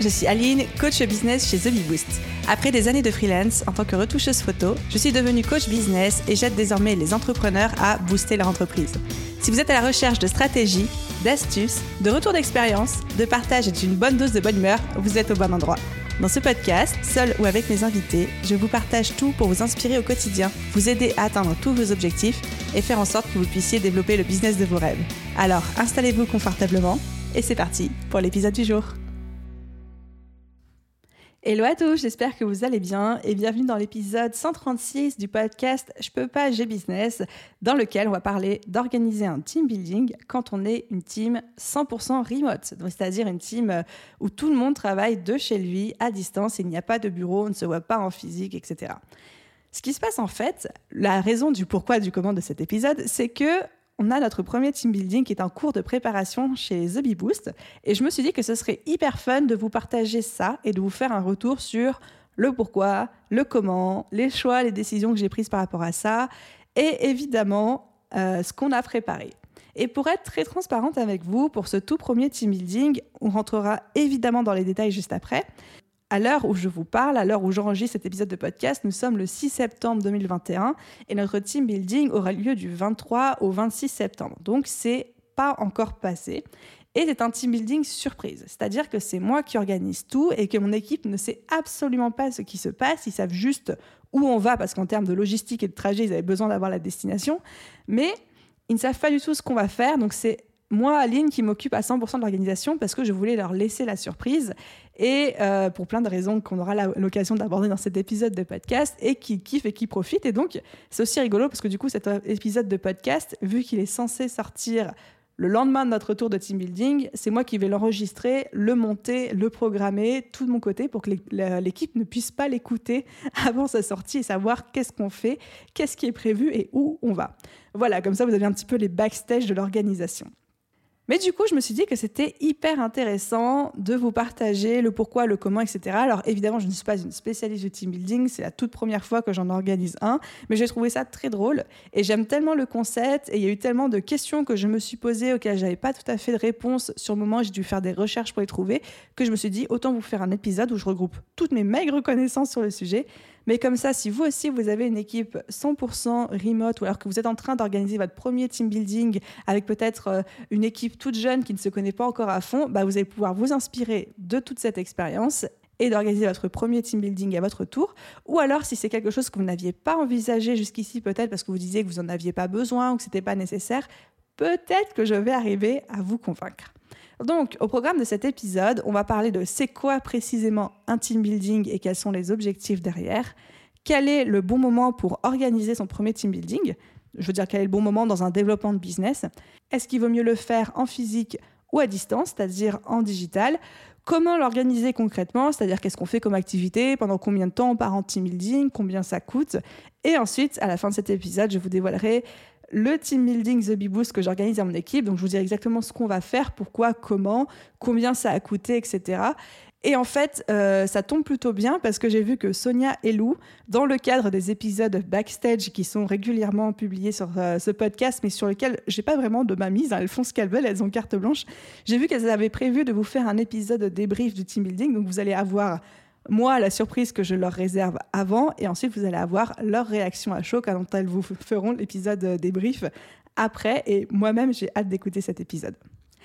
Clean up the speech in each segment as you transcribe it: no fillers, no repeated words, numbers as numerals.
je suis Aline, coach business chez The Bee Boost. Après des années de freelance en tant que retoucheuse photo, je suis devenue coach business et j'aide désormais les entrepreneurs à booster leur entreprise. Si vous êtes à la recherche de stratégies, d'astuces, de retours d'expérience, de partage et d'une bonne dose de bonne humeur, vous êtes au bon endroit. Dans ce podcast, seul ou avec mes invités, je vous partage tout pour vous inspirer au quotidien, vous aider à atteindre tous vos objectifs et faire en sorte que vous puissiez développer le business de vos rêves. Alors, installez-vous confortablement et c'est parti pour l'épisode du jour. Hello à tous, j'espère que vous allez bien et bienvenue dans l'épisode 136 du podcast Je peux pas, j'ai business, dans lequel on va parler d'organiser un team building quand on est une team 100% remote, donc c'est-à-dire une team où tout le monde travaille de chez lui à distance, il n'y a pas de bureau, on ne se voit pas en physique, etc. Ce qui se passe en fait, la raison du pourquoi du comment de cet épisode, c'est que on a notre premier team building qui est en cours de préparation chez The Bee Boost et je me suis dit que ce serait hyper fun de vous partager ça et de vous faire un retour sur le pourquoi, le comment, les choix, les décisions que j'ai prises par rapport à ça et évidemment ce qu'on a préparé. Et pour être très transparente avec vous, pour ce tout premier team building, on rentrera évidemment dans les détails juste après. À l'heure où je vous parle, à l'heure où j'enregistre cet épisode de podcast, nous sommes le 6 septembre 2021 et notre team building aura lieu du 23 au 26 septembre. Donc, c'est pas encore passé. Et c'est un team building surprise. C'est-à-dire que c'est moi qui organise tout et que mon équipe ne sait absolument pas ce qui se passe. Ils savent juste où on va parce qu'en termes de logistique et de trajet, ils avaient besoin d'avoir la destination. Mais ils ne savent pas du tout ce qu'on va faire. Donc, c'est moi, Aline, qui m'occupe à 100% de l'organisation parce que je voulais leur laisser la surprise et pour plein de raisons qu'on aura l'occasion d'aborder dans cet épisode de podcast et qui kiffent et qui profitent. Et donc, c'est aussi rigolo parce que du coup, cet épisode de podcast, vu qu'il est censé sortir le lendemain de notre tour de team building, c'est moi qui vais l'enregistrer, le monter, le programmer, tout de mon côté pour que l'équipe ne puisse pas l'écouter avant sa sortie et savoir qu'est-ce qu'on fait, qu'est-ce qui est prévu et où on va. Voilà, comme ça, vous avez un petit peu les backstage de l'organisation. Mais du coup, je me suis dit que c'était hyper intéressant de vous partager le pourquoi, le comment, etc. Alors évidemment, je ne suis pas une spécialiste du team building, c'est la toute première fois que j'en organise un, mais j'ai trouvé ça très drôle et j'aime tellement le concept et il y a eu tellement de questions que je me suis posées auxquelles je n'avais pas tout à fait de réponse sur le moment, j'ai dû faire des recherches pour les trouver, que je me suis dit autant vous faire un épisode où je regroupe toutes mes maigres connaissances sur le sujet. Mais comme ça, si vous aussi, vous avez une équipe 100% remote ou alors que vous êtes en train d'organiser votre premier team building avec peut-être une équipe toute jeune qui ne se connaît pas encore à fond, bah vous allez pouvoir vous inspirer de toute cette expérience et d'organiser votre premier team building à votre tour. Ou alors, si c'est quelque chose que vous n'aviez pas envisagé jusqu'ici, peut-être parce que vous disiez que vous n'en aviez pas besoin ou que ce n'était pas nécessaire, peut-être que je vais arriver à vous convaincre. Donc, au programme de cet épisode, on va parler de c'est quoi précisément un team building et quels sont les objectifs derrière. Quel est le bon moment pour organiser son premier team building ? Je veux dire, quel est le bon moment dans un développement de business ? Est-ce qu'il vaut mieux le faire en physique ou à distance, c'est-à-dire en digital ? Comment l'organiser concrètement, c'est-à-dire qu'est-ce qu'on fait comme activité, pendant combien de temps on part en team building, combien ça coûte ? Et ensuite, à la fin de cet épisode, je vous dévoilerai le team building The Bee Boost que j'organise à mon équipe. Donc, je vous dirai exactement ce qu'on va faire, pourquoi, comment, combien ça a coûté, etc. Et en fait, ça tombe plutôt bien parce que j'ai vu que Sonia et Lou, dans le cadre des épisodes backstage qui sont régulièrement publiés sur ce podcast, mais sur lesquels j'ai pas vraiment de ma mise, elles font ce qu'elles veulent, elles ont carte blanche. J'ai vu qu'elles avaient prévu de vous faire un épisode débrief du team building. Donc, vous allez avoir moi, la surprise que je leur réserve avant et ensuite, vous allez avoir leur réaction à chaud quand elles vous feront l'épisode débrief après. Et moi-même, j'ai hâte d'écouter cet épisode.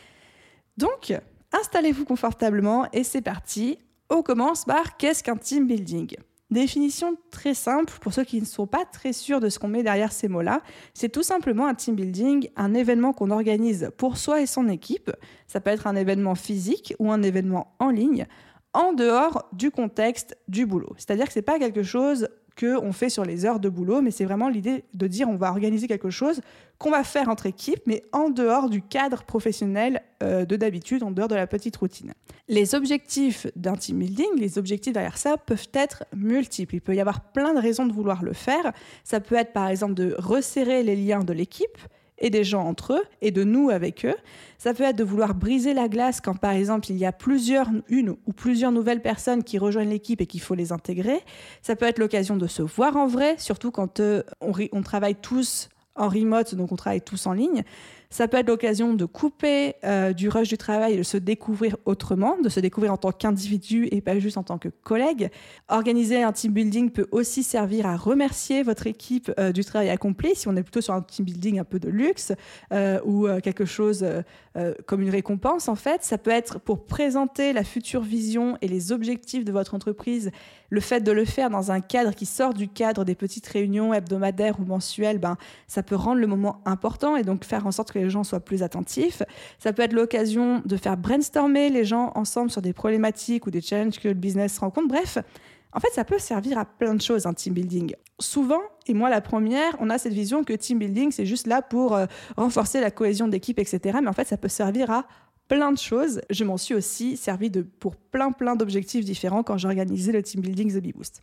Donc, installez-vous confortablement et c'est parti. On commence par qu'est-ce qu'un team building ? Définition très simple pour ceux qui ne sont pas très sûrs de ce qu'on met derrière ces mots-là. C'est tout simplement un team building, un événement qu'on organise pour soi et son équipe. Ça peut être un événement physique ou un événement en ligne, en dehors du contexte du boulot. C'est-à-dire que ce n'est pas quelque chose qu'on fait sur les heures de boulot, mais c'est vraiment l'idée de dire on va organiser quelque chose qu'on va faire entre équipes, mais en dehors du cadre professionnel de d'habitude, en dehors de la petite routine. Les objectifs d'un team building, les objectifs derrière ça peuvent être multiples. Il peut y avoir plein de raisons de vouloir le faire. Ça peut être par exemple de resserrer les liens de l'équipe et des gens entre eux et de nous avec eux. Ça peut être de vouloir briser la glace quand, par exemple, il y a une ou plusieurs nouvelles personnes qui rejoignent l'équipe et qu'il faut les intégrer. Ça peut être l'occasion de se voir en vrai, surtout quand on travaille tous en remote, donc on travaille tous en ligne. Ça peut être l'occasion de couper du rush du travail et de se découvrir autrement, de se découvrir en tant qu'individu et pas juste en tant que collègue. Organiser un team building peut aussi servir à remercier votre équipe du travail accompli, si on est plutôt sur un team building un peu de luxe ou quelque chose comme une récompense en fait. Ça peut être pour présenter la future vision et les objectifs de votre entreprise. Le fait de le faire dans un cadre qui sort du cadre des petites réunions hebdomadaires ou mensuelles, ça peut rendre le moment important et donc faire en sorte que les gens soient plus attentifs. Ça peut être l'occasion de faire brainstormer les gens ensemble sur des problématiques ou des challenges que le business rencontre. Bref, en fait, ça peut servir à plein de choses, un team building. Souvent, et moi la première, on a cette vision que team building, c'est juste là pour renforcer la cohésion d'équipe, etc. Mais en fait, ça peut servir à plein de choses. Je m'en suis aussi servi pour plein d'objectifs différents quand j'organisais le team building The Bee Boost.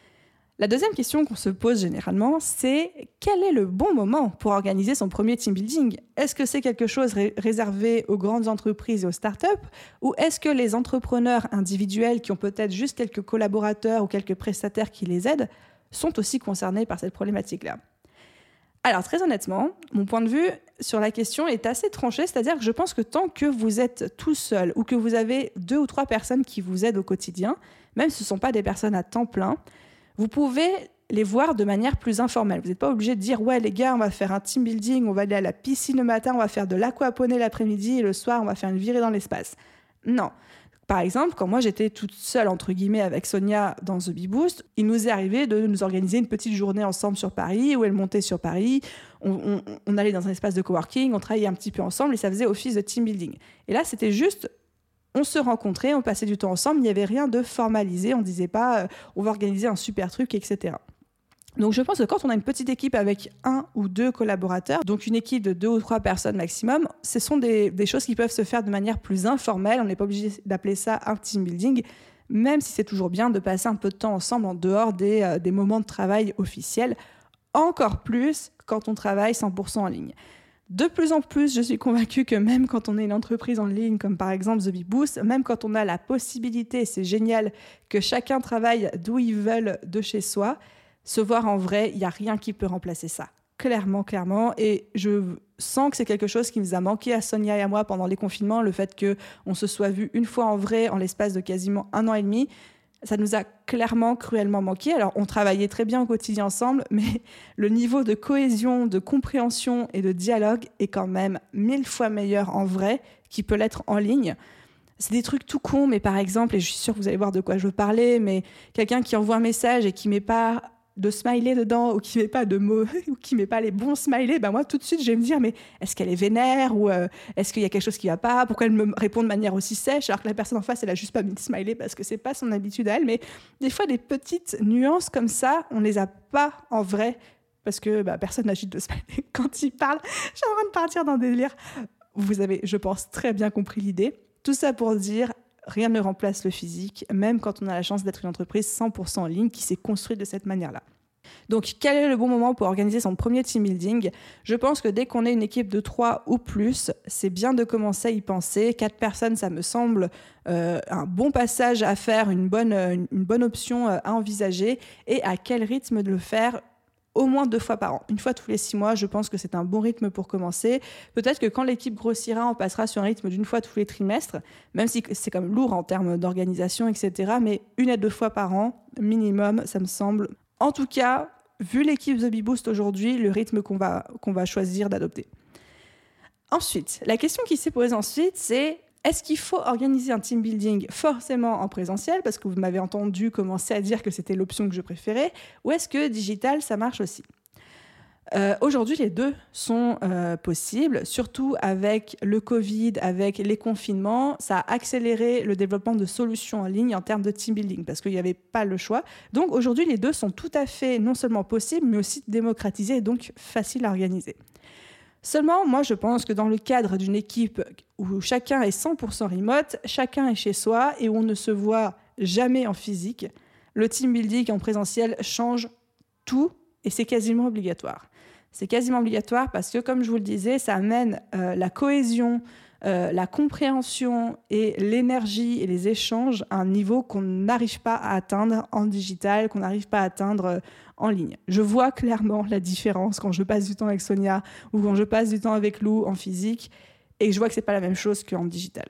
La deuxième question qu'on se pose généralement, c'est quel est le bon moment pour organiser son premier team building ? Est-ce que c'est quelque chose réservé aux grandes entreprises et aux startups ? Ou est-ce que les entrepreneurs individuels qui ont peut-être juste quelques collaborateurs ou quelques prestataires qui les aident sont aussi concernés par cette problématique-là ? Alors, très honnêtement, mon point de vue sur la question est assez tranché, c'est-à-dire que je pense que tant que vous êtes tout seul ou que vous avez 2 ou 3 personnes qui vous aident au quotidien, même si ce ne sont pas des personnes à temps plein, vous pouvez les voir de manière plus informelle. Vous n'êtes pas obligé de dire « Ouais, les gars, on va faire un team building, on va aller à la piscine le matin, on va faire de l'aquaponie l'après-midi et le soir, on va faire une virée dans l'espace. » Non. Par exemple, quand moi j'étais toute seule, entre guillemets, avec Sonia dans The Bee Boost, il nous est arrivé de nous organiser une petite journée ensemble sur Paris, où elle montait sur Paris, on allait dans un espace de coworking, on travaillait un petit peu ensemble et ça faisait office de team building. Et là, c'était juste, on se rencontrait, on passait du temps ensemble, il n'y avait rien de formalisé, on ne disait pas on va organiser un super truc, etc. Donc je pense que quand on a une petite équipe avec 1 ou 2 collaborateurs, donc une équipe de 2 ou 3 personnes maximum, ce sont des choses qui peuvent se faire de manière plus informelle. On n'est pas obligé d'appeler ça un team building, même si c'est toujours bien de passer un peu de temps ensemble en dehors des moments de travail officiels, encore plus quand on travaille 100% en ligne. De plus en plus, je suis convaincue que même quand on est une entreprise en ligne, comme par exemple The Bee Boost, même quand on a la possibilité, c'est génial, que chacun travaille d'où ils veulent de chez soi, se voir en vrai, il n'y a rien qui peut remplacer ça. Clairement. Et je sens que c'est quelque chose qui nous a manqué à Sonia et à moi pendant les confinements, le fait qu'on se soit vu une fois en vrai en l'espace de quasiment 1 an et demi. Ça nous a clairement, cruellement manqué. Alors, on travaillait très bien au quotidien ensemble, mais le niveau de cohésion, de compréhension et de dialogue est quand même 1000 fois meilleur en vrai qu'il peut l'être en ligne. C'est des trucs tout cons, mais par exemple, et je suis sûre que vous allez voir de quoi je veux parler, mais quelqu'un qui envoie un message et qui met pas de smiley dedans ou qui met pas de mots ou qui met pas les bons smileys, moi tout de suite je vais me dire mais est-ce qu'elle est vénère ou est-ce qu'il y a quelque chose qui va pas, pourquoi elle me répond de manière aussi sèche alors que la personne en face elle a juste pas mis de smiley parce que c'est pas son habitude à elle. Mais des fois des petites nuances comme ça on les a pas en vrai parce que personne n'agite de smiley quand il parle. Je suis en train de partir dans des délires. Vous avez, je pense, très bien compris l'idée. Tout ça pour dire rien ne remplace le physique, même quand on a la chance d'être une entreprise 100% en ligne qui s'est construite de cette manière-là. Donc, quel est le bon moment pour organiser son premier team building ? Je pense que dès qu'on est une équipe de 3 ou plus, c'est bien de commencer à y penser. 4 personnes, ça me semble un bon passage à faire, une bonne option à envisager. Et à quel rythme de le faire ? Au moins 2 fois par an. 1 fois tous les 6 mois, je pense que c'est un bon rythme pour commencer. Peut-être que quand l'équipe grossira, on passera sur un rythme d'1 fois tous les trimestres, même si c'est quand même lourd en termes d'organisation, etc. Mais 1 à 2 fois par an, minimum, ça me semble. En tout cas, vu l'équipe The Bee Boost aujourd'hui, le rythme qu'on va choisir d'adopter. Ensuite, la question qui s'est posée ensuite, c'est est-ce qu'il faut organiser un team building forcément en présentiel, parce que vous m'avez entendu commencer à dire que c'était l'option que je préférais, ou est-ce que digital, ça marche aussi ? Aujourd'hui, les 2 sont possibles, surtout avec le Covid, avec les confinements. Ça a accéléré le développement de solutions en ligne en termes de team building, parce qu'il n'y avait pas le choix. Donc aujourd'hui, les 2 sont tout à fait non seulement possibles, mais aussi démocratisés et donc faciles à organiser. Seulement, moi, je pense que dans le cadre d'une équipe où chacun est 100% remote, chacun est chez soi et où on ne se voit jamais en physique, le team building en présentiel change tout et c'est quasiment obligatoire. C'est quasiment obligatoire parce que, comme je vous le disais, ça amène la cohésion la compréhension et l'énergie et les échanges à un niveau qu'on n'arrive pas à atteindre en digital, qu'on n'arrive pas à atteindre en ligne. Je vois clairement la différence quand je passe du temps avec Sonia ou quand je passe du temps avec Lou en physique, et je vois que c'est pas la même chose qu'en digital.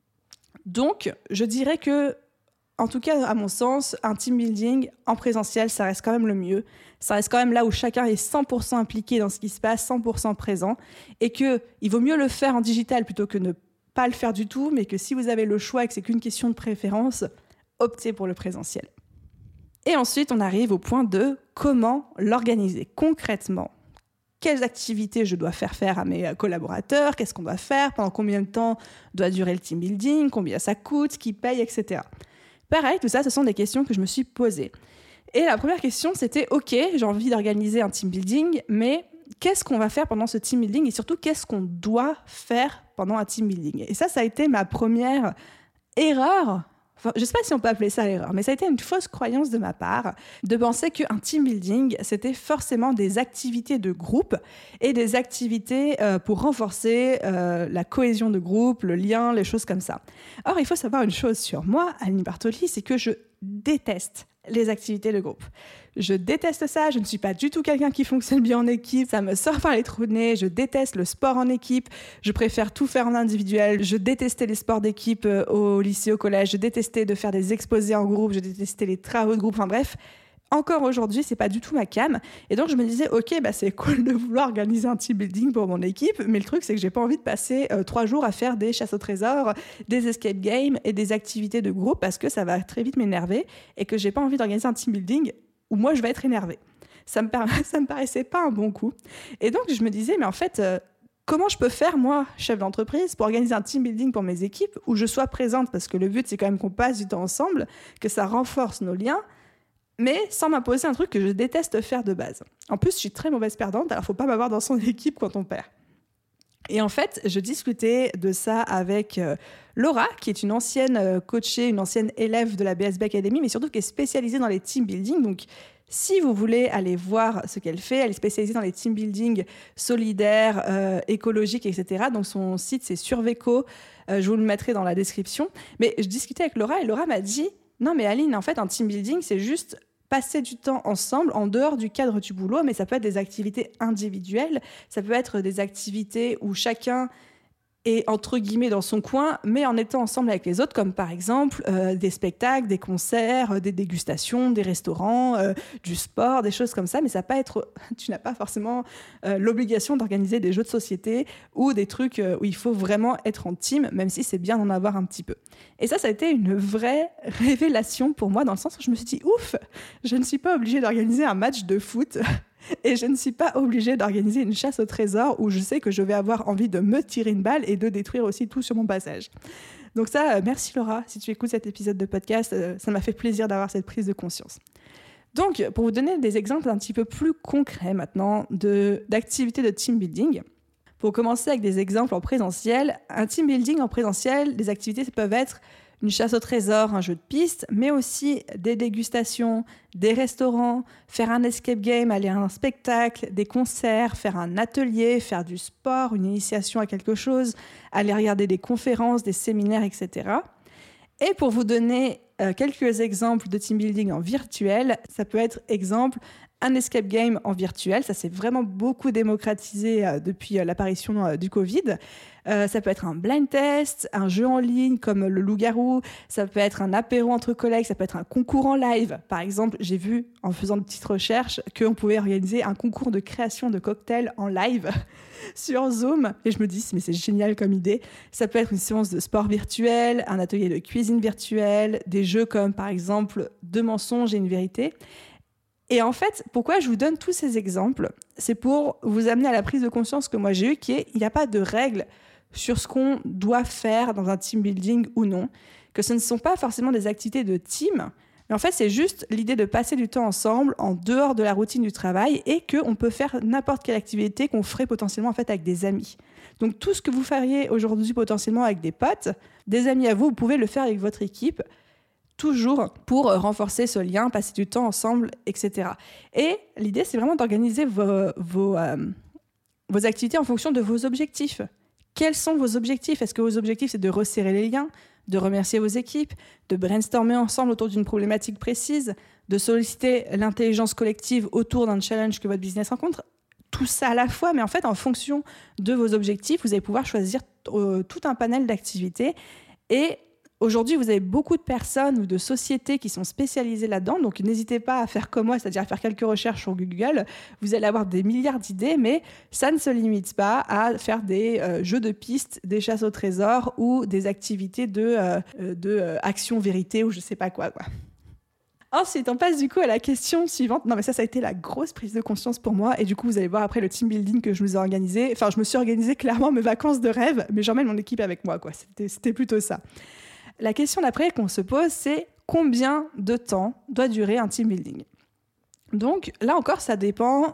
Donc, je dirais que, en tout cas, à mon sens, un team building en présentiel, ça reste quand même le mieux. Ça reste quand même là où chacun est 100% impliqué dans ce qui se passe, 100% présent, et qu'il vaut mieux le faire en digital plutôt que ne pas le faire du tout, mais que si vous avez le choix et que c'est qu'une question de préférence, optez pour le présentiel. Et ensuite, on arrive au point de comment l'organiser concrètement. Quelles activités je dois faire à mes collaborateurs, qu'est-ce qu'on doit faire, pendant combien de temps doit durer le team building, combien ça coûte, qui paye, etc. Pareil, tout ça, ce sont des questions que je me suis posées. Et la première question, c'était « Ok, j'ai envie d'organiser un team building, mais qu'est-ce qu'on va faire pendant ce team building et surtout, qu'est-ce qu'on doit faire pendant un team building ?» Et ça a été ma première erreur. Enfin, je ne sais pas si on peut appeler ça erreur, mais ça a été une fausse croyance de ma part de penser qu'un team building, c'était forcément des activités de groupe et des activités pour renforcer la cohésion de groupe, le lien, les choses comme ça. Or, il faut savoir une chose sur moi, Aline Bartoli, c'est que je déteste les activités de groupe. Je déteste ça, je ne suis pas du tout quelqu'un qui fonctionne bien en équipe, ça me sort par les trous de nez, je déteste le sport en équipe, je préfère tout faire en individuel, je détestais les sports d'équipe au lycée, au collège, je détestais de faire des exposés en groupe, je détestais les travaux de groupe, enfin bref, encore aujourd'hui, c'est pas du tout ma came. Et donc, je me disais, ok, c'est cool de vouloir organiser un team building pour mon équipe, mais le truc, c'est que j'ai pas envie de passer 3 jours à faire des chasses au trésor, des escape games et des activités de groupe parce que ça va très vite m'énerver et que j'ai pas envie d'organiser un team building où moi, je vais être énervée. Ça me paraissait pas un bon coup. Et donc, je me disais, mais en fait, comment je peux faire, moi, chef d'entreprise, pour organiser un team building pour mes équipes où je sois présente parce que le but, c'est quand même qu'on passe du temps ensemble, que ça renforce nos liens, mais sans m'imposer un truc que je déteste faire de base. En plus, je suis très mauvaise perdante, alors faut pas m'avoir dans son équipe quand on perd. Et en fait, je discutais de ça avec Laura, qui est une ancienne coachée, une ancienne élève de la BSB Academy, mais surtout qui est spécialisée dans les team building. Donc, si vous voulez aller voir ce qu'elle fait, elle est spécialisée dans les team building solidaires, écologiques, etc. Donc, son site, c'est Surveco. Je vous le mettrai dans la description. Mais je discutais avec Laura et Laura m'a dit « Non, mais Aline, en fait, un team building, c'est juste passer du temps ensemble en dehors du cadre du boulot, mais ça peut être des activités individuelles, ça peut être des activités où chacun est entre guillemets dans son coin, mais en étant ensemble avec les autres, comme par exemple des spectacles, des concerts, des dégustations, des restaurants, du sport, des choses comme ça, mais ça peut pas être, tu n'as pas forcément l'obligation d'organiser des jeux de société ou des trucs où il faut vraiment être en team, même si c'est bien d'en avoir un petit peu. Et ça a été une vraie révélation pour moi, dans le sens où je me suis dit, ouf, je ne suis pas obligée d'organiser un match de foot et je ne suis pas obligée d'organiser une chasse au trésor où je sais que je vais avoir envie de me tirer une balle et de détruire aussi tout sur mon passage. Donc ça, merci Laura, si tu écoutes cet épisode de podcast, ça m'a fait plaisir d'avoir cette prise de conscience. Donc, pour vous donner des exemples un petit peu plus concrets maintenant d'activités de team building, pour commencer avec des exemples en présentiel, un team building en présentiel, des activités peuvent être une chasse au trésor, un jeu de piste, mais aussi des dégustations, des restaurants, faire un escape game, aller à un spectacle, des concerts, faire un atelier, faire du sport, une initiation à quelque chose, aller regarder des conférences, des séminaires, etc. Et pour vous donner quelques exemples de team building en virtuel, ça peut être exemple un escape game en virtuel, ça s'est vraiment beaucoup démocratisé depuis l'apparition du Covid. Ça peut être un blind test, un jeu en ligne comme le loup-garou, ça peut être un apéro entre collègues, ça peut être un concours en live. Par exemple, j'ai vu en faisant de petites recherches qu'on pouvait organiser un concours de création de cocktails en live sur Zoom. Et je me dis, mais c'est génial comme idée. Ça peut être une séance de sport virtuel, un atelier de cuisine virtuelle, des jeux comme par exemple 2 mensonges et une vérité. Et en fait, pourquoi je vous donne tous ces exemples ? C'est pour vous amener à la prise de conscience que moi j'ai eue, qui est il n'y a pas de règle sur ce qu'on doit faire dans un team building ou non, que ce ne sont pas forcément des activités de team, mais en fait c'est juste l'idée de passer du temps ensemble en dehors de la routine du travail et qu'on peut faire n'importe quelle activité qu'on ferait potentiellement en fait avec des amis. Donc tout ce que vous feriez aujourd'hui potentiellement avec des potes, des amis à vous, vous pouvez le faire avec votre équipe, toujours pour renforcer ce lien, passer du temps ensemble, etc. Et l'idée, c'est vraiment d'organiser vos activités en fonction de vos objectifs. quels sont vos objectifs ? Est-ce que vos objectifs, c'est de resserrer les liens, de remercier vos équipes, de brainstormer ensemble autour d'une problématique précise, de solliciter l'intelligence collective autour d'un challenge que votre business rencontre ? Tout ça à la fois, mais en fait, en fonction de vos objectifs, vous allez pouvoir choisir tout un panel d'activités. Et aujourd'hui, vous avez beaucoup de personnes ou de sociétés qui sont spécialisées là-dedans, donc n'hésitez pas à faire comme moi, c'est-à-dire à faire quelques recherches sur Google. Vous allez avoir des milliards d'idées, mais ça ne se limite pas à faire des jeux de pistes, des chasses au trésor ou des activités de action vérité ou je ne sais pas quoi. Ensuite, on passe du coup à la question suivante. Non, mais ça a été la grosse prise de conscience pour moi. Et du coup, vous allez voir après le team building que je vous ai organisé. Enfin, je me suis organisé clairement mes vacances de rêve, mais j'emmène mon équipe avec moi, quoi. C'était plutôt ça. La question d'après qu'on se pose, c'est combien de temps doit durer un team building ? Donc, là encore, ça dépend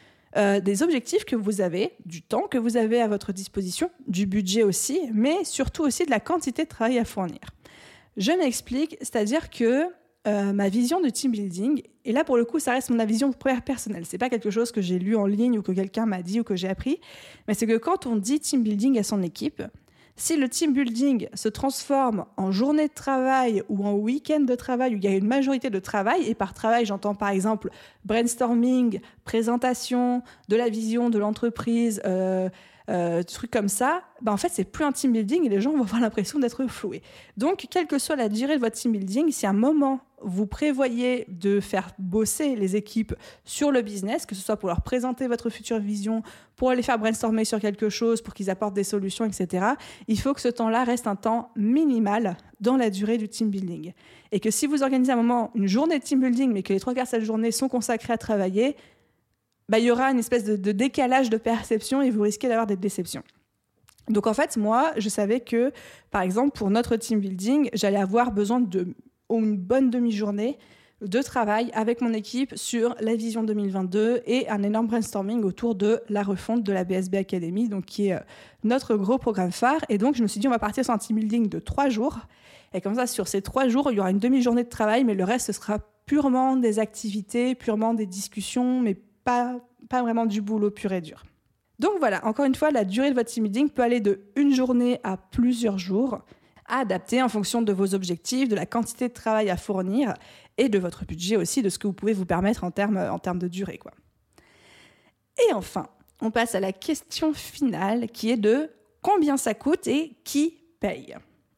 des objectifs que vous avez, du temps que vous avez à votre disposition, du budget aussi, mais surtout aussi de la quantité de travail à fournir. Je m'explique, c'est-à-dire que ma vision du team building, et là pour le coup ça reste ma vision personnelle, c'est pas quelque chose que j'ai lu en ligne ou que quelqu'un m'a dit ou que j'ai appris, mais c'est que quand on dit team building à son équipe, si le team building se transforme en journée de travail ou en week-end de travail où il y a une majorité de travail, et par travail j'entends par exemple brainstorming, présentation de la vision de l'entreprise, trucs comme ça, en fait, c'est plus un team building et les gens vont avoir l'impression d'être floués. Donc, quelle que soit la durée de votre team building, si à un moment, vous prévoyez de faire bosser les équipes sur le business, que ce soit pour leur présenter votre future vision, pour les faire brainstormer sur quelque chose, pour qu'ils apportent des solutions, etc., il faut que ce temps-là reste un temps minimal dans la durée du team building. Et que si vous organisez à un moment une journée de team building, mais que les 3/4 de cette journée sont consacrés à travailler, il y aura une espèce de décalage de perception et vous risquez d'avoir des déceptions. Donc en fait, moi, je savais que, par exemple, pour notre team building, j'allais avoir besoin d'une bonne demi-journée de travail avec mon équipe sur la vision 2022 et un énorme brainstorming autour de la refonte de la BSB Academy, donc qui est notre gros programme phare. Et donc, je me suis dit, on va partir sur un team building de 3 jours. Et comme ça, sur ces 3 jours, il y aura une demi-journée de travail, mais le reste, ce sera purement des activités, purement des discussions, mais pas vraiment du boulot pur et dur. Donc voilà, encore une fois, la durée de votre team building peut aller de une journée à plusieurs jours, à adapter en fonction de vos objectifs, de la quantité de travail à fournir et de votre budget aussi, de ce que vous pouvez vous permettre en termes de durée, quoi. Et enfin, on passe à la question finale qui est de combien ça coûte et qui paye ?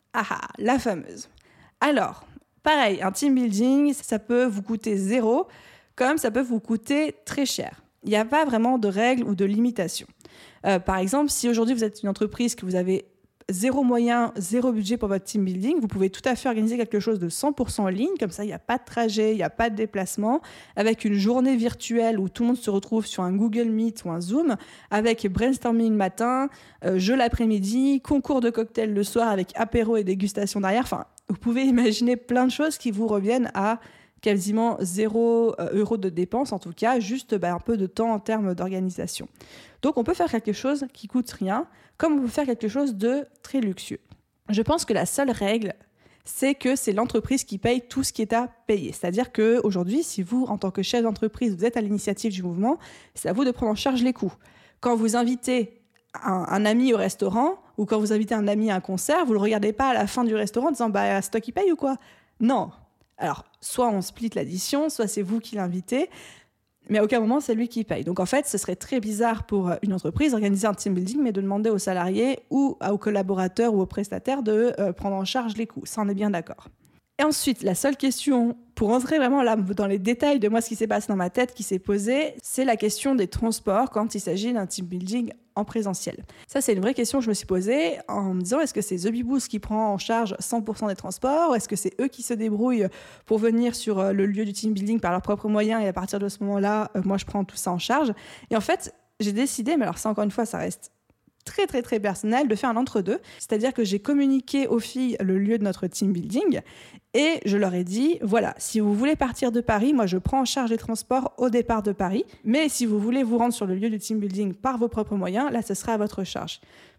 La fameuse. Alors, pareil, un team building, ça peut vous coûter 0, comme ça peut vous coûter très cher. Il n'y a pas vraiment de règles ou de limitations. Par exemple, si aujourd'hui vous êtes une entreprise que vous avez 0 moyens, 0 budget pour votre team building, vous pouvez tout à fait organiser quelque chose de 100% en ligne, comme ça il n'y a pas de trajet, il n'y a pas de déplacement, avec une journée virtuelle où tout le monde se retrouve sur un Google Meet ou un Zoom, avec brainstorming le matin, jeu l'après-midi, concours de cocktails le soir avec apéro et dégustation derrière. Enfin, vous pouvez imaginer plein de choses qui vous reviennent à quasiment 0 € de dépenses, en tout cas, juste un peu de temps en termes d'organisation. Donc, on peut faire quelque chose qui coûte rien, comme on peut faire quelque chose de très luxueux. Je pense que la seule règle, c'est que c'est l'entreprise qui paye tout ce qui est à payer. C'est-à-dire qu'aujourd'hui, si vous, en tant que chef d'entreprise, vous êtes à l'initiative du mouvement, c'est à vous de prendre en charge les coûts. Quand vous invitez un ami au restaurant, ou quand vous invitez un ami à un concert, vous ne le regardez pas à la fin du restaurant en disant « c'est toi qui paye ou quoi ?» Non. Alors, soit on split l'addition, soit c'est vous qui l'invitez, mais à aucun moment, c'est lui qui paye. Donc, en fait, ce serait très bizarre pour une entreprise d'organiser un team building, mais de demander aux salariés ou aux collaborateurs ou aux prestataires de prendre en charge les coûts. Ça, on est bien d'accord. Et ensuite, la seule question, pour entrer vraiment là dans les détails de moi, ce qui s'est passé dans ma tête, qui s'est posée, c'est la question des transports quand il s'agit d'un team building en présentiel. Ça, c'est une vraie question que je me suis posée en me disant, est-ce que c'est The Bee Boost qui prend en charge 100% des transports, ou est-ce que c'est eux qui se débrouillent pour venir sur le lieu du team building par leurs propres moyens, et à partir de ce moment-là, moi, je prends tout ça en charge. Et en fait, j'ai décidé, mais alors ça, encore une fois, ça reste très très très personnel, de faire un entre-deux. C'est-à-dire que j'ai communiqué aux filles le lieu de notre team building et je leur ai dit, voilà, si vous voulez partir de Paris, moi je prends en charge les transports au départ de Paris, mais si vous voulez vous rendre sur le lieu du team building par vos propres moyens, là ce sera à votre charge.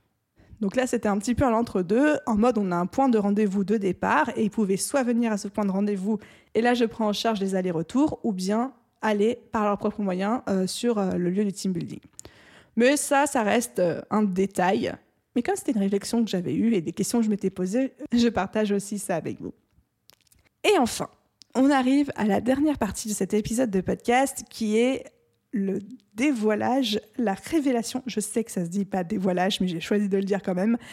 Donc là, c'était un petit peu un entre-deux, en mode on a un point de rendez-vous de départ et ils pouvaient soit venir à ce point de rendez-vous et là je prends en charge les allers-retours, ou bien aller par leurs propres moyens sur le lieu du team building. Mais ça reste un détail. Mais comme c'était une réflexion que j'avais eue et des questions que je m'étais posées, je partage aussi ça avec vous. Et enfin, on arrive à la dernière partie de cet épisode de podcast qui est le dévoilage, la révélation. Je sais que ça se dit pas dévoilage, mais j'ai choisi de le dire quand même.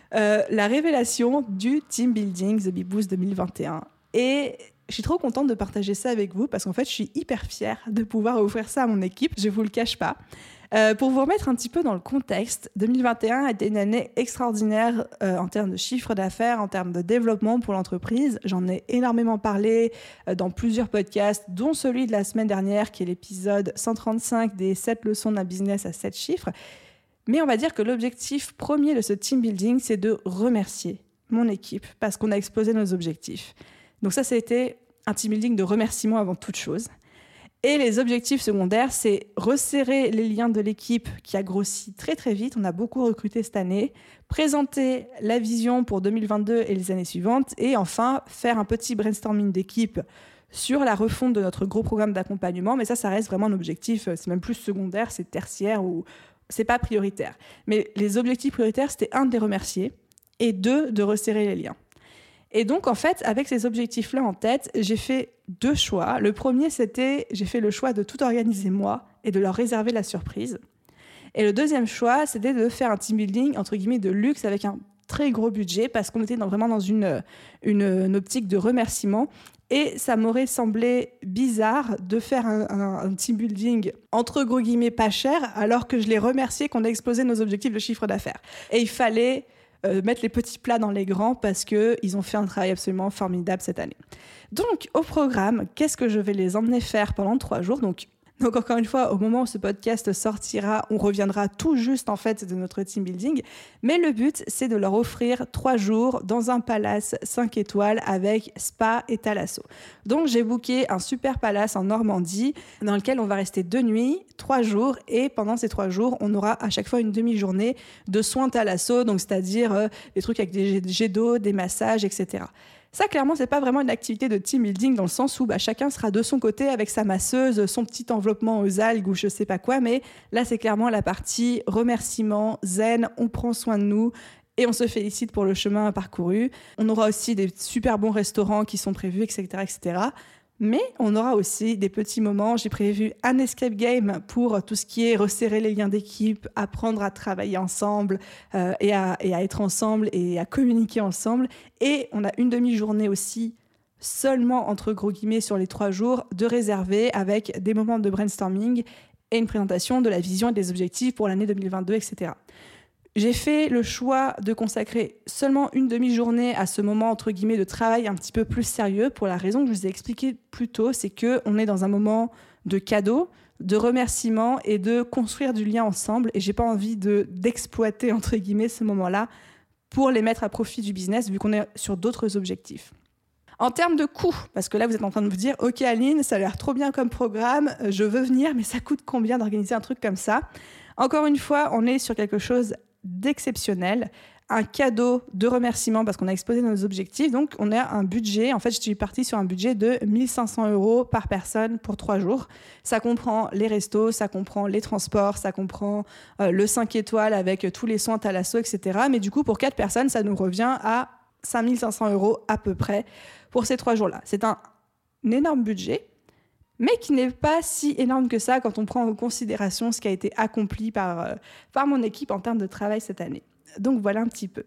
La révélation du Team Building The Bee Boost 2021. Et je suis trop contente de partager ça avec vous parce qu'en fait, je suis hyper fière de pouvoir offrir ça à mon équipe. Je vous le cache pas. Pour vous remettre un petit peu dans le contexte, 2021 a été une année extraordinaire en termes de chiffre d'affaires, en termes de développement pour l'entreprise. J'en ai énormément parlé dans plusieurs podcasts, dont celui de la semaine dernière, qui est l'épisode 135 des 7 leçons d'un business à 7 chiffres. Mais on va dire que l'objectif premier de ce team building, c'est de remercier mon équipe parce qu'on a explosé nos objectifs. Donc ça a été un team building de remerciements avant toute chose. Et les objectifs secondaires, c'est resserrer les liens de l'équipe qui a grossi très très vite. On a beaucoup recruté cette année, présenter la vision pour 2022 et les années suivantes, et enfin faire un petit brainstorming d'équipe sur la refonte de notre gros programme d'accompagnement. Mais ça reste vraiment un objectif, c'est même plus secondaire, c'est tertiaire ou c'est pas prioritaire. Mais les objectifs prioritaires, c'était 1, de les remercier, et 2, de resserrer les liens. Et donc, en fait, avec ces objectifs-là en tête, j'ai fait 2 choix. Le premier, j'ai fait le choix de tout organiser moi et de leur réserver la surprise. Et le deuxième choix, c'était de faire un team building, entre guillemets, de luxe avec un très gros budget parce qu'on était vraiment dans une optique de remerciement. Et ça m'aurait semblé bizarre de faire un team building, entre gros guillemets, pas cher, alors que je les remerciais qu'on a explosé nos objectifs de chiffre d'affaires. Et il fallait mettre les petits plats dans les grands parce qu'ils ont fait un travail absolument formidable cette année. Donc, au programme, qu'est-ce que je vais les emmener faire pendant 3 jours ? Donc, encore une fois, au moment où ce podcast sortira, on reviendra tout juste en fait de notre team building. Mais le but, c'est de leur offrir 3 jours dans un palace 5 étoiles avec spa et thalasso. Donc, j'ai booké un super palace en Normandie dans lequel on va rester 2 nuits, 3 jours. Et pendant ces 3 jours, on aura à chaque fois une demi-journée de soins thalasso, donc c'est-à-dire des trucs avec des jets d'eau, des massages, etc. Ça, clairement, c'est pas vraiment une activité de team building dans le sens où chacun sera de son côté avec sa masseuse, son petit enveloppement aux algues ou je sais pas quoi. Mais là, c'est clairement la partie remerciement, zen, on prend soin de nous et on se félicite pour le chemin parcouru. On aura aussi des super bons restaurants qui sont prévus, etc., etc. Mais on aura aussi des petits moments. J'ai prévu un escape game pour tout ce qui est resserrer les liens d'équipe, apprendre à travailler ensemble et à être ensemble et à communiquer ensemble. Et on a une demi-journée aussi, seulement entre gros guillemets sur les 3 jours, de réserver avec des moments de brainstorming et une présentation de la vision et des objectifs pour l'année 2022, etc. J'ai fait le choix de consacrer seulement une demi-journée à ce moment, entre guillemets, de travail un petit peu plus sérieux pour la raison que je vous ai expliquée plus tôt, c'est qu'on est dans un moment de cadeau, de remerciement et de construire du lien ensemble. Et j'ai pas envie d'exploiter, entre guillemets, ce moment-là pour les mettre à profit du business, vu qu'on est sur d'autres objectifs. En termes de coûts, parce que là, vous êtes en train de vous dire « Ok, Aline, ça a l'air trop bien comme programme, je veux venir, mais ça coûte combien d'organiser un truc comme ça ?» Encore une fois, on est sur quelque chose d'exceptionnel, un cadeau de remerciement parce qu'on a exposé nos objectifs. Donc, on a un budget. En fait, je suis partie sur un budget de 1 500 € par personne pour 3 jours. Ça comprend les restos, ça comprend les transports, ça comprend le 5 étoiles avec tous les soins thalasso, etc. Mais du coup, pour 4 personnes, ça nous revient à 5 500 € à peu près pour ces 3 jours-là. C'est un énorme budget, mais qui n'est pas si énorme que ça quand on prend en considération ce qui a été accompli par mon équipe en termes de travail cette année. Donc voilà un petit peu.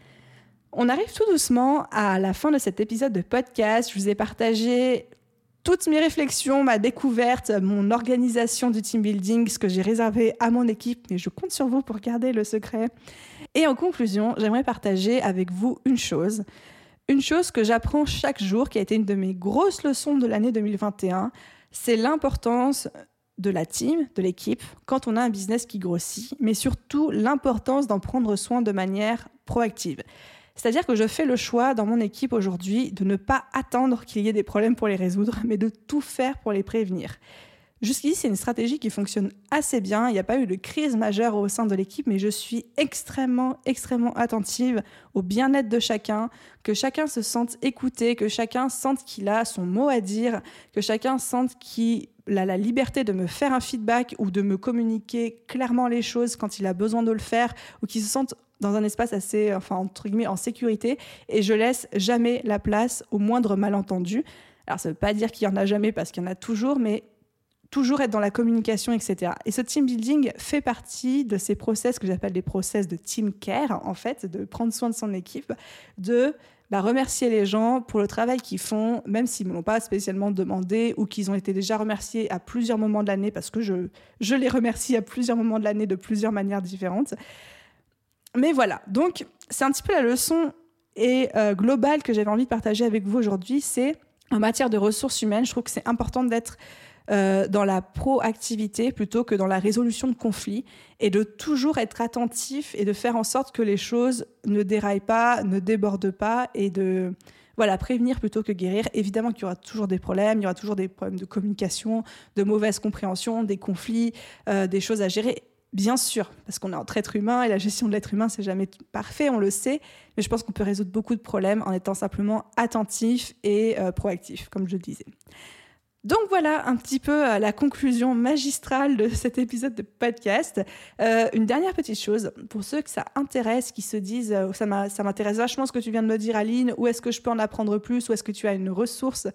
On arrive tout doucement à la fin de cet épisode de podcast. Je vous ai partagé toutes mes réflexions, ma découverte, mon organisation du team building, ce que j'ai réservé à mon équipe, mais je compte sur vous pour garder le secret. Et en conclusion, j'aimerais partager avec vous une chose que j'apprends chaque jour, qui a été une de mes grosses leçons de l'année 2021, c'est l'importance de la team, de l'équipe, quand on a un business qui grossit, mais surtout l'importance d'en prendre soin de manière proactive. C'est-à-dire que je fais le choix dans mon équipe aujourd'hui de ne pas attendre qu'il y ait des problèmes pour les résoudre, mais de tout faire pour les prévenir. Jusqu'ici, c'est une stratégie qui fonctionne assez bien. Il n'y a pas eu de crise majeure au sein de l'équipe, mais je suis extrêmement attentive au bien-être de chacun, que chacun se sente écouté, que chacun sente qu'il a son mot à dire, que chacun sente qu'il a la liberté de me faire un feedback ou de me communiquer clairement les choses quand il a besoin de le faire, ou qu'il se sente dans un espace assez, entre guillemets, en sécurité. Et je laisse jamais la place au moindre malentendu. Alors, ça ne veut pas dire qu'il n'y en a jamais, parce qu'il y en a toujours, mais toujours être dans la communication, etc. Et ce team building fait partie de ces process que j'appelle des process de team care, en fait, de prendre soin de son équipe, de remercier les gens pour le travail qu'ils font, même s'ils ne me l'ont pas spécialement demandé ou qu'ils ont été déjà remerciés à plusieurs moments de l'année, parce que je les remercie à plusieurs moments de l'année de plusieurs manières différentes. Mais voilà, donc c'est un petit peu la leçon globale que j'avais envie de partager avec vous aujourd'hui, c'est en matière de ressources humaines, je trouve que c'est important d'être dans la proactivité plutôt que dans la résolution de conflits et de toujours être attentif et de faire en sorte que les choses ne déraillent pas, ne débordent pas et de prévenir plutôt que guérir. Évidemment qu'il y aura toujours des problèmes, il y aura toujours des problèmes de communication, de mauvaise compréhension, des conflits, des choses à gérer. Bien sûr, parce qu'on est entre êtres humains et la gestion de l'être humain, c'est jamais parfait, on le sait, mais je pense qu'on peut résoudre beaucoup de problèmes en étant simplement attentif et proactif, comme je le disais. Donc voilà un petit peu la conclusion magistrale de cet épisode de podcast. Une dernière petite chose, pour ceux que ça intéresse, qui se disent ça m'intéresse vachement ce que tu viens de me dire Aline, où est-ce que je peux en apprendre plus, où est-ce que tu as une ressource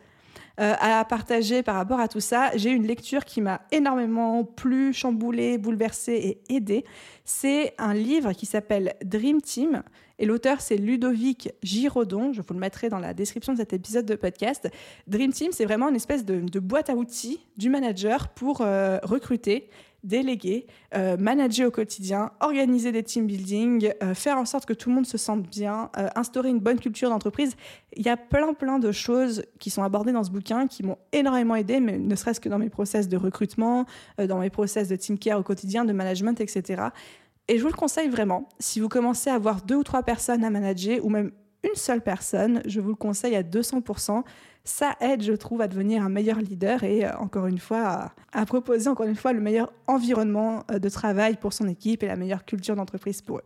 à partager par rapport à tout ça, j'ai une lecture qui m'a énormément plu, chamboulée, bouleversée et aidée. C'est un livre qui s'appelle Dream Team et l'auteur c'est Ludovic Giraudon. Je vous le mettrai dans la description de cet épisode de podcast. Dream Team, c'est vraiment une espèce de boîte à outils du manager pour recruter, déléguer, manager au quotidien, organiser des team building, faire en sorte que tout le monde se sente bien, instaurer une bonne culture d'entreprise. Il y a plein de choses qui sont abordées dans ce bouquin qui m'ont énormément aidée, mais ne serait-ce que dans mes process de recrutement, dans mes process de team care au quotidien, de management, etc. Et je vous le conseille vraiment. Si vous commencez à avoir 2 ou 3 personnes à manager, ou même une seule personne, je vous le conseille à 200%. Ça aide, je trouve, à devenir un meilleur leader et encore une fois, à proposer le meilleur environnement de travail pour son équipe et la meilleure culture d'entreprise pour eux.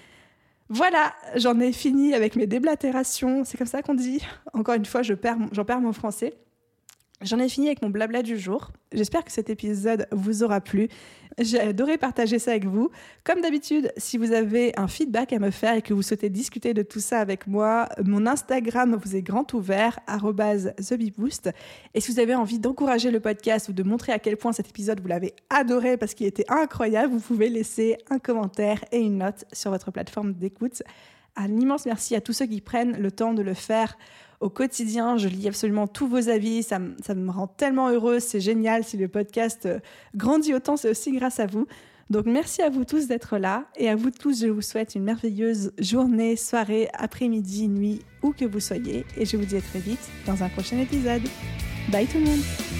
Voilà, j'en ai fini avec mes déblatérations, c'est comme ça qu'on dit. Encore une fois, j'en perds mon français. J'en ai fini avec mon blabla du jour. J'espère que cet épisode vous aura plu. J'ai adoré partager ça avec vous. Comme d'habitude, si vous avez un feedback à me faire et que vous souhaitez discuter de tout ça avec moi, mon Instagram vous est grand ouvert, @TheBeBoost. Et si vous avez envie d'encourager le podcast ou de montrer à quel point cet épisode vous l'avez adoré parce qu'il était incroyable, vous pouvez laisser un commentaire et une note sur votre plateforme d'écoute. Un immense merci à tous ceux qui prennent le temps de le faire au quotidien. Je lis absolument tous vos avis, ça me rend tellement heureuse, c'est génial. Si le podcast grandit autant, c'est aussi grâce à vous. Donc merci à vous tous d'être là et à vous tous, je vous souhaite une merveilleuse journée, soirée, après-midi, nuit, où que vous soyez. Et je vous dis à très vite dans un prochain épisode. Bye tout le monde.